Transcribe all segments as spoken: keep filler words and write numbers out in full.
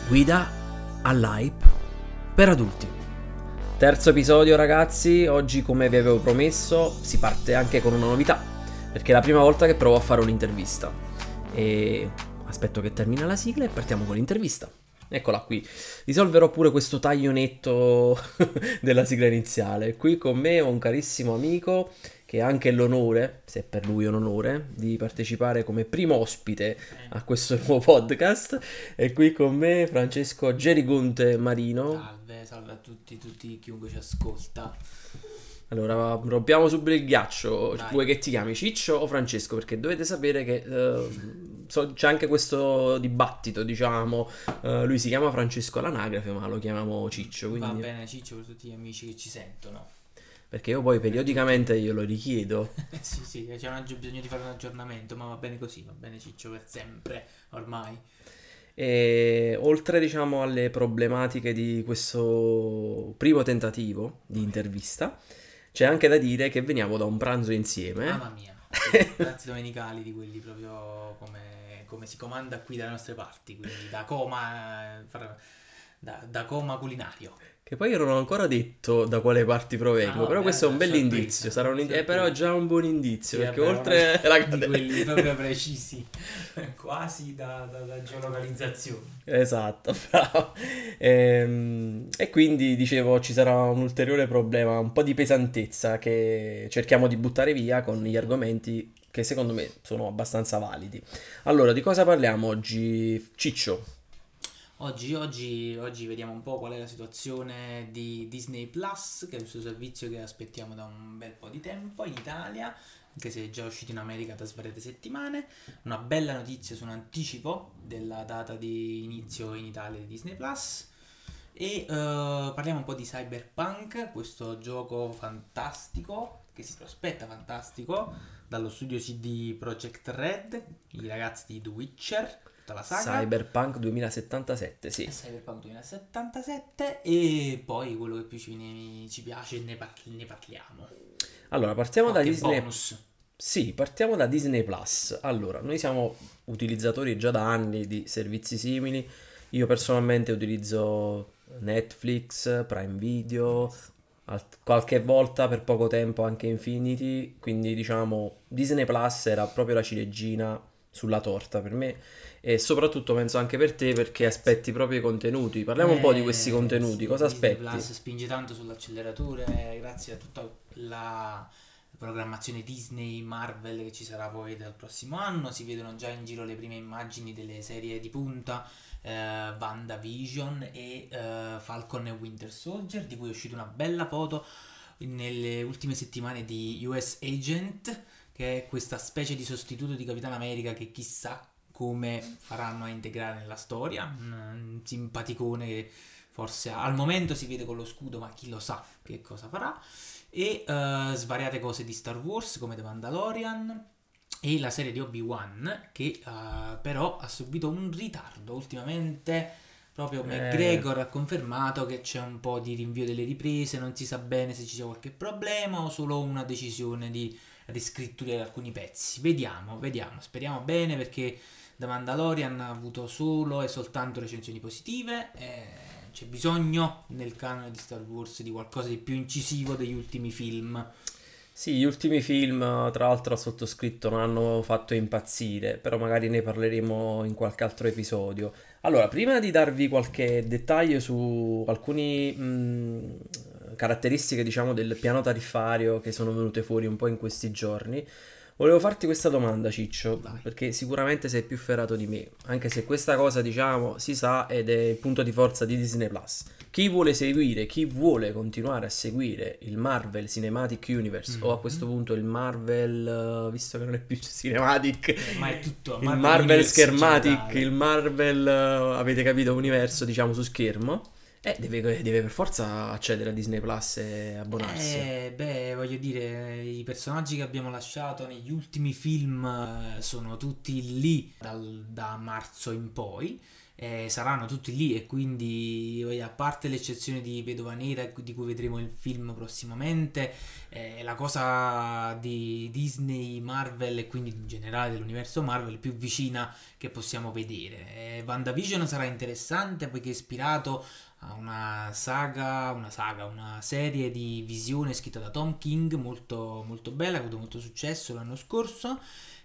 Guida all'hype per adulti. Terzo episodio, ragazzi. Oggi, come vi avevo promesso, si parte anche con una novità, perché è la prima volta che provo a fare un'intervista. E aspetto che termina la sigla e partiamo con l'intervista. Eccola qui. Risolverò pure questo taglio netto della sigla iniziale. Qui con me ho un carissimo amico che ha anche l'onore, se per lui è un onore, di partecipare come primo ospite a questo nuovo podcast. E qui con me Francesco Gerigonte Marino. Salve, salve a tutti, tutti chiunque ci ascolta. Allora, rompiamo subito il ghiaccio. Vai. Vuoi che ti chiami Ciccio o Francesco? Perché dovete sapere che eh, so- c'è anche questo dibattito, diciamo. Eh, lui si chiama Francesco all'anagrafe, ma lo chiamiamo Ciccio. Va Quindi... bene Ciccio per tutti gli amici che ci sentono. Perché io poi periodicamente glielo richiedo. Sì, sì, c'è un aggi- bisogno di fare un aggiornamento, ma va bene così, va bene Ciccio per sempre, ormai. E oltre, diciamo, alle problematiche di questo primo tentativo di intervista, c'è anche da dire che veniamo da un pranzo insieme. Mamma mia, sì, pranzi domenicali di quelli proprio come, come si comanda qui dalle nostre parti, quindi da coma, eh, fra- da, da coma culinario. Che poi io non ho ancora detto da quale parti provengo, Ah, però vabbè, questo è un sorpresa, bell'indizio, sarà un indi- eh, però è sorpresa. già un buon indizio, Sì, perché vabbè, oltre vabbè, la di catena... quelli proprio precisi, quasi da, da, da geolocalizzazione. Esatto, bravo. Ehm, E, quindi dicevo ci sarà un ulteriore problema, un po' di pesantezza che cerchiamo di buttare via con gli argomenti che secondo me sono abbastanza validi. Allora, di cosa parliamo oggi, Ciccio? Oggi, oggi, oggi vediamo un po' qual è la situazione di Disney Plus, che è il suo servizio che aspettiamo da un bel po' di tempo in Italia, anche se è già uscito in America da svariate settimane. Una bella notizia su un anticipo della data di inizio in Italia di Disney Plus. E eh, parliamo un po' di Cyberpunk, questo gioco fantastico, che si prospetta fantastico, dallo studio C D Projekt Red, i ragazzi di The Witcher, tutta la saga. Cyberpunk duemilasettantasette, sì. Cyberpunk duemilasettantasette e poi quello che più ci, viene- ci piace ne, par- ne parliamo. Allora, partiamo da Qualche Disney... bonus. Sì, partiamo da Disney Plus. Allora, noi siamo utilizzatori già da anni di servizi simili. Io personalmente utilizzo Netflix, Prime Video, al- qualche volta per poco tempo anche Infinity, quindi diciamo Disney Plus era proprio la ciliegina sulla torta per me e soprattutto penso anche per te perché aspetti proprio i contenuti. Parliamo un po' di questi Eh, contenuti, sì, cosa Disney aspetti? Plus spinge tanto sull'acceleratore eh, grazie a tutta la programmazione Disney Marvel che ci sarà poi dal prossimo anno. Si vedono già in giro le prime immagini delle serie di punta, eh, WandaVision e eh, Falcon e Winter Soldier, di cui è uscita una bella foto nelle ultime settimane di U S Agent, che è questa specie di sostituto di Capitan America che chissà come faranno a integrare nella storia. Un simpaticone che forse al momento si vede con lo scudo, ma chi lo sa che cosa farà. E eh, svariate cose di Star Wars come The Mandalorian e la serie di Obi-Wan che eh, però ha subito un ritardo ultimamente. Proprio Eh, McGregor ha confermato che c'è un po' di rinvio delle riprese, non si sa bene se ci sia qualche problema o solo una decisione di riscrittura di alcuni pezzi. Vediamo, vediamo, speriamo bene perché The Mandalorian ha avuto solo e soltanto recensioni positive. E c'è bisogno nel canone di Star Wars di qualcosa di più incisivo degli ultimi film. Sì, gli ultimi film, tra l'altro, ho sottoscritto, non hanno fatto impazzire, però magari ne parleremo in qualche altro episodio. Allora, prima di darvi qualche dettaglio su alcune caratteristiche, diciamo, del piano tariffario che sono venute fuori un po' in questi giorni, volevo farti questa domanda, Ciccio, Vai. perché sicuramente sei più ferrato di me, anche se questa cosa, diciamo, si sa ed è il punto di forza di Disney Plus. Chi vuole seguire, chi vuole continuare a seguire il Marvel Cinematic Universe o a questo punto il Marvel, eh, visto che non è più Cinematic, Ormai è tutto il Marvel Marvel Universe in Schermatic, generale. il Marvel, eh, avete capito, universo, diciamo, su schermo, eh, deve, deve per forza accedere a Disney Plus e abbonarsi. Eh, beh, voglio dire, i personaggi che abbiamo lasciato negli ultimi film eh, sono tutti lì dal- da marzo in poi. eh, saranno tutti lì, e quindi a parte l'eccezione di Vedova Nera di cui vedremo il film prossimamente, eh, la cosa di Disney, Marvel e quindi in generale dell'universo Marvel più vicina che possiamo vedere. eh, WandaVision sarà interessante poiché è ispirato a una saga, una saga, una serie di Visione scritta da Tom King, molto, molto bella, ha avuto molto successo l'anno scorso,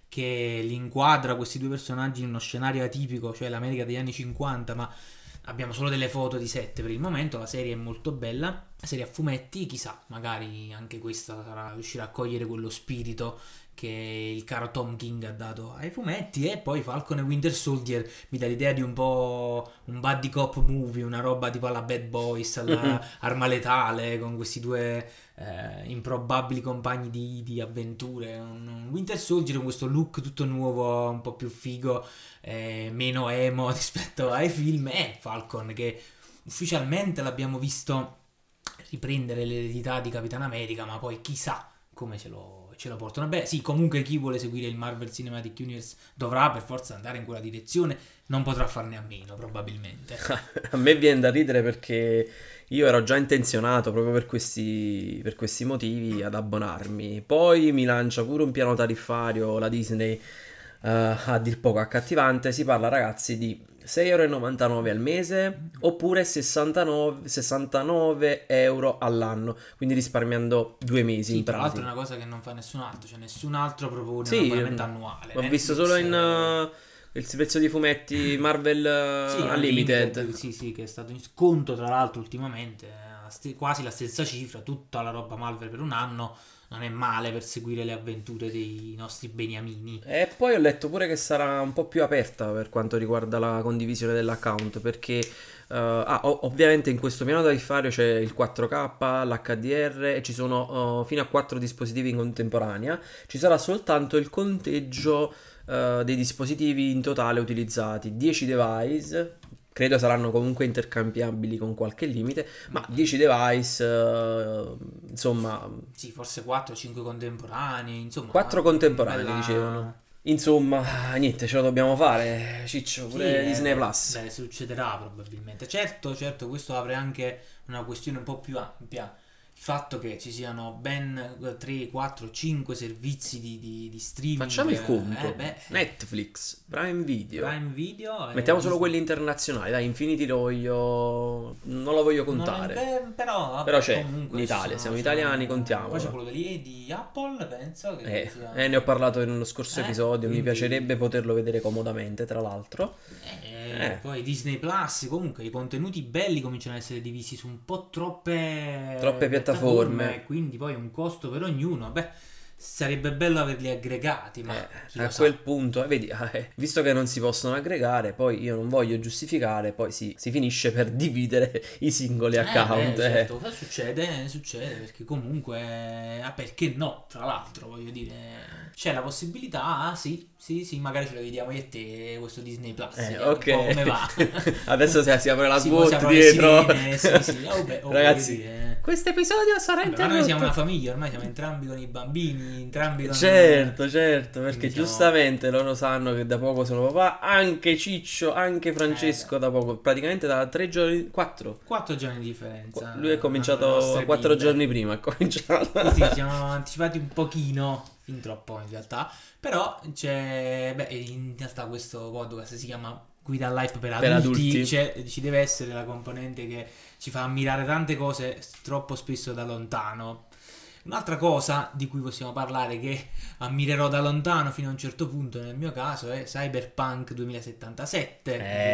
che li inquadra questi due personaggi in uno scenario atipico, cioè l'America degli anni cinquanta, ma abbiamo solo delle foto di set per il momento. La serie è molto bella, la serie a fumetti, chissà, magari anche questa sarà, riuscirà a cogliere quello spirito che il caro Tom King ha dato ai fumetti. E poi Falcon e Winter Soldier mi dà l'idea di un po' un buddy cop movie, una roba tipo alla Bad Boys, alla Arma Letale, con questi due eh, improbabili compagni di, di avventure. Un, un Winter Soldier con questo look tutto nuovo, un po' più figo, eh, meno emo rispetto ai film, e Falcon che ufficialmente l'abbiamo visto riprendere l'eredità di Capitan America, ma poi chissà come ce lo ce la portano. Beh, sì, comunque chi vuole seguire il Marvel Cinematic Universe dovrà per forza andare in quella direzione, non potrà farne a meno probabilmente. A me viene da ridere perché io ero già intenzionato proprio per questi, per questi motivi ad abbonarmi. Poi mi lancia pure un piano tariffario la Disney, uh, a dir poco accattivante. Si parla, ragazzi, di sei e novantanove euro al mese oppure sessantanove, sessantanove euro all'anno, quindi risparmiando due mesi Sì, in tra l'altro pratica. è una cosa che non fa nessun altro, cioè nessun altro propone Sì, un abbonamento annuale. ho Netflix, visto solo in eh, uh, il prezzo di fumetti Marvel uh, sì, Unlimited. Unlimited, sì, sì, che è stato in sconto tra l'altro ultimamente, eh, st- quasi la stessa cifra, tutta la roba Marvel per un anno. Non è male per seguire le avventure dei nostri beniamini. E poi ho letto pure che sarà un po' più aperta per quanto riguarda la condivisione dell'account, perché uh, ah, ov- ovviamente in questo piano tariffario c'è il quattro K, l'H D R e ci sono uh, fino a quattro dispositivi in contemporanea. Ci sarà soltanto il conteggio uh, dei dispositivi in totale utilizzati, dieci device. Credo saranno comunque intercambiabili con qualche limite, ma dieci device, uh, insomma, Sì, forse quattro o cinque contemporanei, insomma. quattro una contemporanei bella- dicevano. Insomma, niente, ce lo dobbiamo fare, Ciccio, Sì, pure eh, Disney Plus. beh, succederà probabilmente. Certo, certo, questo apre anche una questione un po' più ampia. Il fatto che ci siano ben tre, quattro, cinque servizi di, di, di streaming. Facciamo il eh, conto. eh, beh, Netflix, Prime Video. Prime Video. e Mettiamo solo Disney- quelli internazionali, dai, Infinity lo voglio... non lo voglio Non contare. è- eh, però, vabbè, Però c'è, comunque in ci Italia, sono- siamo ci italiani, sono- contiamolo. Poi c'è quello di, di Apple, penso. Che Eh, sia- eh, ne ho parlato in uno scorso Eh, episodio, mi quindi- piacerebbe poterlo vedere comodamente, tra l'altro. Eh, Eh. Poi Disney Plus, comunque i contenuti belli cominciano ad essere divisi su un po' troppe, Troppe piattaforme. quindi poi un costo per ognuno. Beh, sarebbe bello averli aggregati, ma Eh, chi lo a sa. quel punto, eh, vedi, eh, visto che non si possono aggregare, poi io non voglio giustificare, poi si, si finisce per dividere i singoli Eh, account. beh, eh. certo, cosa succede? Succede perché comunque, ah, perché no? Tra l'altro, voglio dire, c'è la possibilità, ah, sì, sì, sì, magari ce lo vediamo io e te, questo Disney Plus. Eh, vediamo un po' ok. come va. Adesso si, si apre la Sì, poi si SWOT aprono le dietro. sirene, sì, sì, oh, beh, oh, Ragazzi, voglio dire. questo episodio sarà Vabbè, ma interrotto. noi siamo una famiglia, ormai siamo entrambi con i bambini, entrambi con... Certo, certo, perché Quindi siamo- giustamente loro sanno che da poco sono papà, anche Ciccio, anche Francesco Eh, da poco, praticamente da tre giorni, quattro. Quattro giorni di differenza. Lui è hanno le cominciato nostre quattro bimbe. giorni prima, è cominciato. Sì, sì, ci siamo anticipati un pochino, fin troppo in realtà. Però c'è, beh, in realtà questo podcast si chiama Guida all'hype per Per adulti, adulti. c'è- ci deve essere la componente che ci fa ammirare tante cose troppo spesso da lontano. Un'altra cosa di cui possiamo parlare che ammirerò da lontano fino a un certo punto nel mio caso è Cyberpunk duemilasettantasette.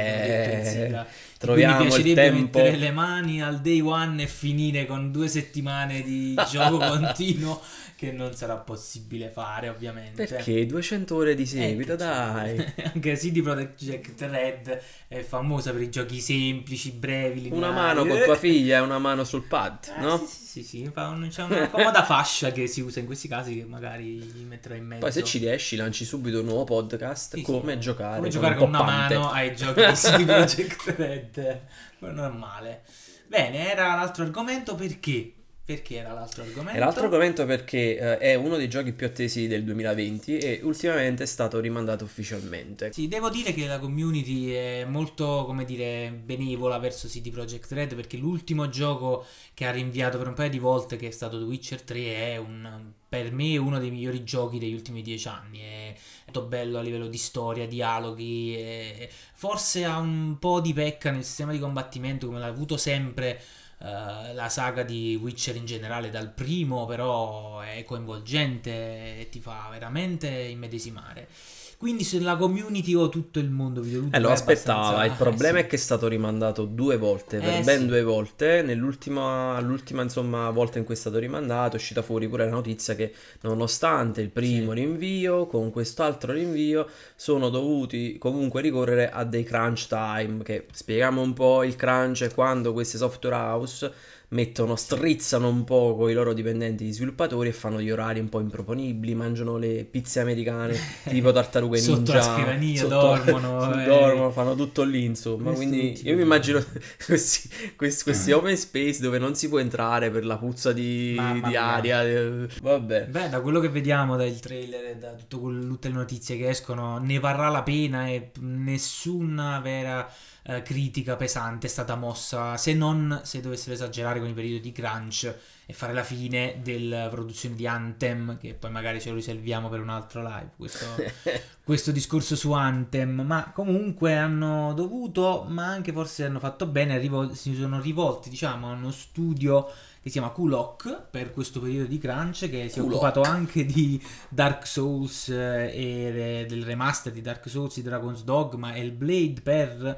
Eh, troviamo Quindi mi il piacerebbe tempo. mettere le mani al day one e finire con due settimane di gioco continuo che non sarà possibile fare ovviamente. Perché duecento ore di Eh, seguito, che dai. c'è. Anche C D Projekt Red è famosa per i giochi semplici, brevi, Una lineari. mano con tua figlia e una mano sul pad, Eh, no? Sì, sì, sì, sì, fa un- c'è una comoda fascia che si usa in questi casi che magari gli metterò in mezzo. Poi se ci riesci lanci subito un nuovo podcast, Sì, sì, come eh, giocare, come giocare con un una poppante. mano ai giochi di C D Projekt Red. Non è male. Bene, era l'altro argomento perché Perché era l'altro argomento? E l'altro argomento perché eh, è uno dei giochi più attesi del duemilaventi e ultimamente è stato rimandato ufficialmente. Sì, devo dire che la community è molto, come dire, benevola verso C D Projekt Red, perché l'ultimo gioco che ha rinviato per un paio di volte, che è stato The Witcher tre, è un, per me uno dei migliori giochi degli ultimi dieci anni. È molto bello a livello di storia, dialoghi, e forse ha un po' di pecca nel sistema di combattimento, come l'ha avuto sempre Uh, la saga di Witcher in generale dal primo, però è coinvolgente e ti fa veramente immedesimare. Quindi se la community o tutto il mondo videoludico Eh, lo è aspettava, abbastanza- il problema eh, sì. è che è stato rimandato due volte, per Eh, ben sì. due volte. Nell'ultima, l'ultima insomma volta in cui è stato rimandato è uscita fuori pure la notizia che nonostante il primo Sì. rinvio, con quest'altro rinvio sono dovuti comunque ricorrere a dei crunch time, che spieghiamo un po', il crunch è quando queste software house mettono, strizzano un po' con i loro dipendenti, gli sviluppatori, e fanno gli orari un po' improponibili, mangiano le pizze americane tipo tartarughe Sotto ninja la scrivania, sotto- dormono, eh. dormono, fanno tutto lì insomma. Questo Quindi ultimo io mi sì. immagino questi, questi, questi open space dove non si può entrare per la puzza di, Mamma di mia. aria, eh, vabbè. Beh, da quello che vediamo dal trailer e da tutto quel- tutte le notizie che escono, ne varrà la pena e nessuna vera eh, critica pesante è stata mossa, se non se dovessero esagerare con i periodi di crunch e fare la fine della produzione di Anthem, che poi magari ce lo riserviamo per un altro live, questo, questo discorso su Anthem. Ma comunque hanno dovuto, ma anche forse hanno fatto bene, rivol- si sono rivolti, diciamo, a uno studio che si chiama Kulok per questo periodo di crunch, che si è Kulok. occupato anche di Dark Souls eh, e re- del remaster di Dark Souls, di Dragon's Dogma e il Blade, per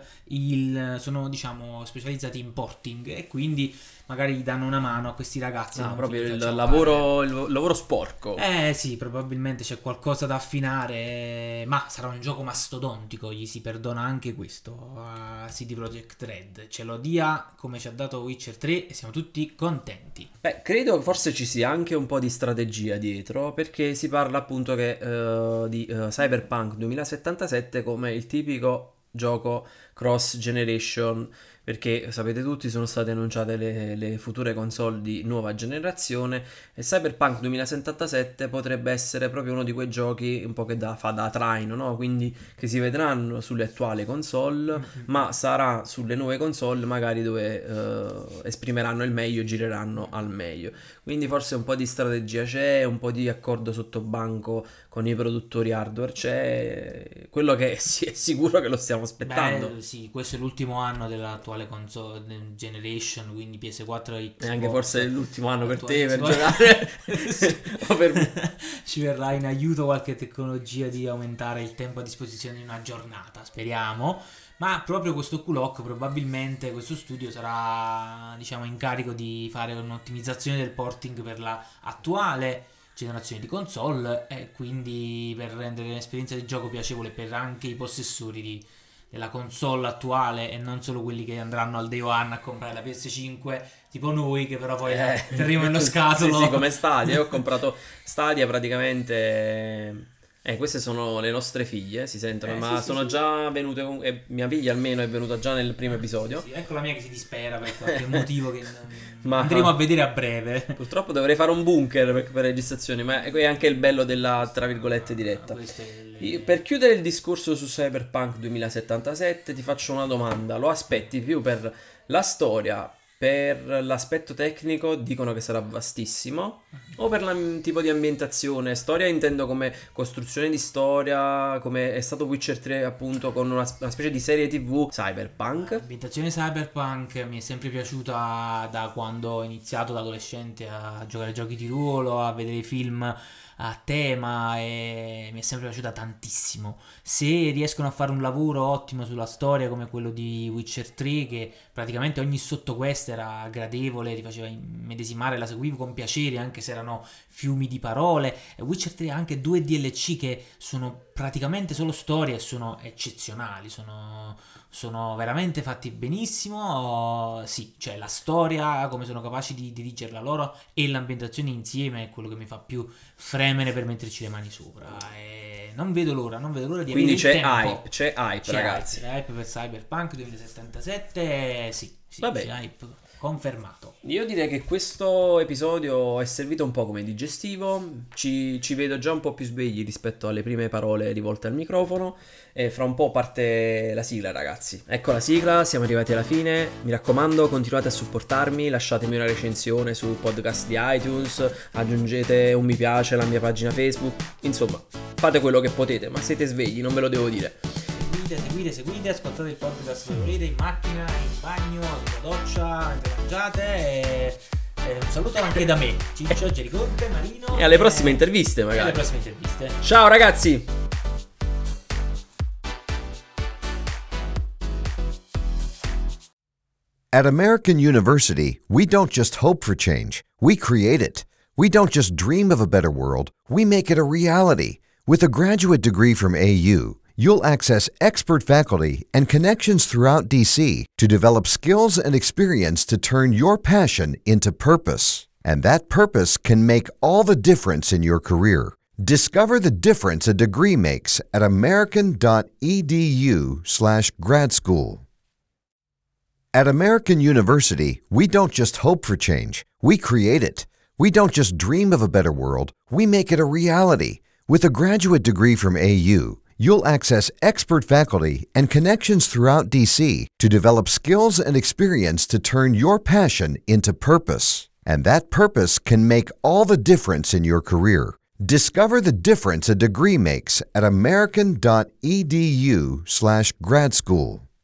il sono, diciamo, specializzati in porting, e quindi magari danno una mano a questi ragazzi. No, non proprio vi il facciamo lavoro, il lavoro sporco. fare. Eh sì, probabilmente c'è qualcosa da affinare, ma sarà un gioco mastodontico, gli si perdona anche questo a C D Projekt Red. Ce lo dia come ci ha dato Witcher tre e siamo tutti contenti. Beh, credo forse ci sia anche un po' di strategia dietro, perché si parla appunto che, eh, di eh, Cyberpunk duemilasettantasette come il tipico gioco cross generation, perché sapete tutti sono state annunciate le, le future console di nuova generazione e Cyberpunk duemilasettantasette potrebbe essere proprio uno di quei giochi un po' che da, fa da traino, no? Quindi che si vedranno sulle attuali console, Mm-hmm. ma sarà sulle nuove console magari dove eh, esprimeranno il meglio e gireranno al meglio. Quindi forse un po' di strategia c'è, un po' di accordo sotto banco con i produttori hardware c'è, quello che sì, è sicuro che lo stiamo aspettando. Beh, sì, questo è l'ultimo anno dell'attuale console generation, quindi P S quattro e Xbox. E anche forse è l'ultimo anno per te per L'attuale giocare Xbox. o per me. Ci verrà in aiuto qualche tecnologia di aumentare il tempo a disposizione di una giornata, speriamo. Ma proprio questo Kulok, probabilmente questo studio sarà, diciamo, in carico di fare un'ottimizzazione del porting per la attuale generazione di console, e quindi per rendere l'esperienza di gioco piacevole per anche i possessori di, della console attuale e non solo quelli che andranno al day one a comprare la P S cinque, tipo noi che però poi Eh, terremo nello scatolo. Sì, sì, come Stadia. Io ho comprato Stadia praticamente. Eh, queste sono le nostre figlie, si sentono, Eh, ma sì, sì, sono sì. già venute. con- eh, mia figlia almeno è venuta già nel primo episodio. Sì, ecco la mia che si dispera per qualche motivo che non- Ma- andremo a vedere a breve. Purtroppo dovrei fare un bunker per, per registrazioni, ma è anche il bello della, tra virgolette, diretta. Questo è il- Io- Per chiudere il discorso su Cyberpunk duemilasettantasette ti faccio una domanda. Lo aspetti più per la storia, per l'aspetto tecnico, dicono che sarà vastissimo, o per il tipo di ambientazione? Storia intendo come costruzione di storia, come è stato Witcher tre appunto, con una, una specie di serie tv Cyberpunk. L'ambientazione cyberpunk mi è sempre piaciuta da quando ho iniziato da adolescente a giocare a giochi di ruolo, a vedere i film a tema, e mi è sempre piaciuta tantissimo. Se riescono a fare un lavoro ottimo sulla storia come quello di Witcher tre, che praticamente ogni sottoquest era gradevole, ti faceva immedesimare, la seguivo con piacere anche se erano fiumi di parole, e Witcher tre ha anche due D L C che sono praticamente solo storie e sono eccezionali, sono, sono veramente fatti benissimo. Sì, cioè la storia, come sono capaci di dirigerla loro, e l'ambientazione insieme è quello che mi fa più fremere per metterci le mani sopra, e non vedo l'ora, non vedo l'ora di Quindi avere c'è il tempo. hype, c'è hype, C'è ragazzi. hype, c'è hype per Cyberpunk duemilasettantasette, sì, sì, Vabbè. c'è hype. confermato. Io direi che questo episodio è servito un po' come digestivo, ci, ci vedo già un po' più svegli rispetto alle prime parole rivolte al microfono e fra un po' parte la sigla, ragazzi. Ecco la sigla, siamo arrivati alla fine, mi raccomando continuate a supportarmi, lasciatemi una recensione sul podcast di iTunes, aggiungete un mi piace alla mia pagina Facebook, insomma fate quello che potete, ma siete svegli, non ve lo devo dire. Seguite, seguite, seguite, ascoltate il podcast dove volete, in macchina, in bagno, in doccia, mentre mangiate. E, e un saluto anche da me, Ciccio, Gericonte, Marino. E alle prossime interviste, magari. E alle prossime interviste. Ciao ragazzi! At American University, we don't just hope for change, we create it. We don't just dream of a better world, we make it a reality. With a graduate degree from A U, you'll access expert faculty and connections throughout D C to develop skills and experience to turn your passion into purpose. And that purpose can make all the difference in your career. Discover the difference a degree makes at american.edu slash grad school. At American University, we don't just hope for change, we create it. We don't just dream of a better world, we make it a reality. With a graduate degree from A U, you'll access expert faculty and connections throughout D C to develop skills and experience to turn your passion into purpose. And that purpose can make all the difference in your career. Discover the difference a degree makes at american.edu slash grad school.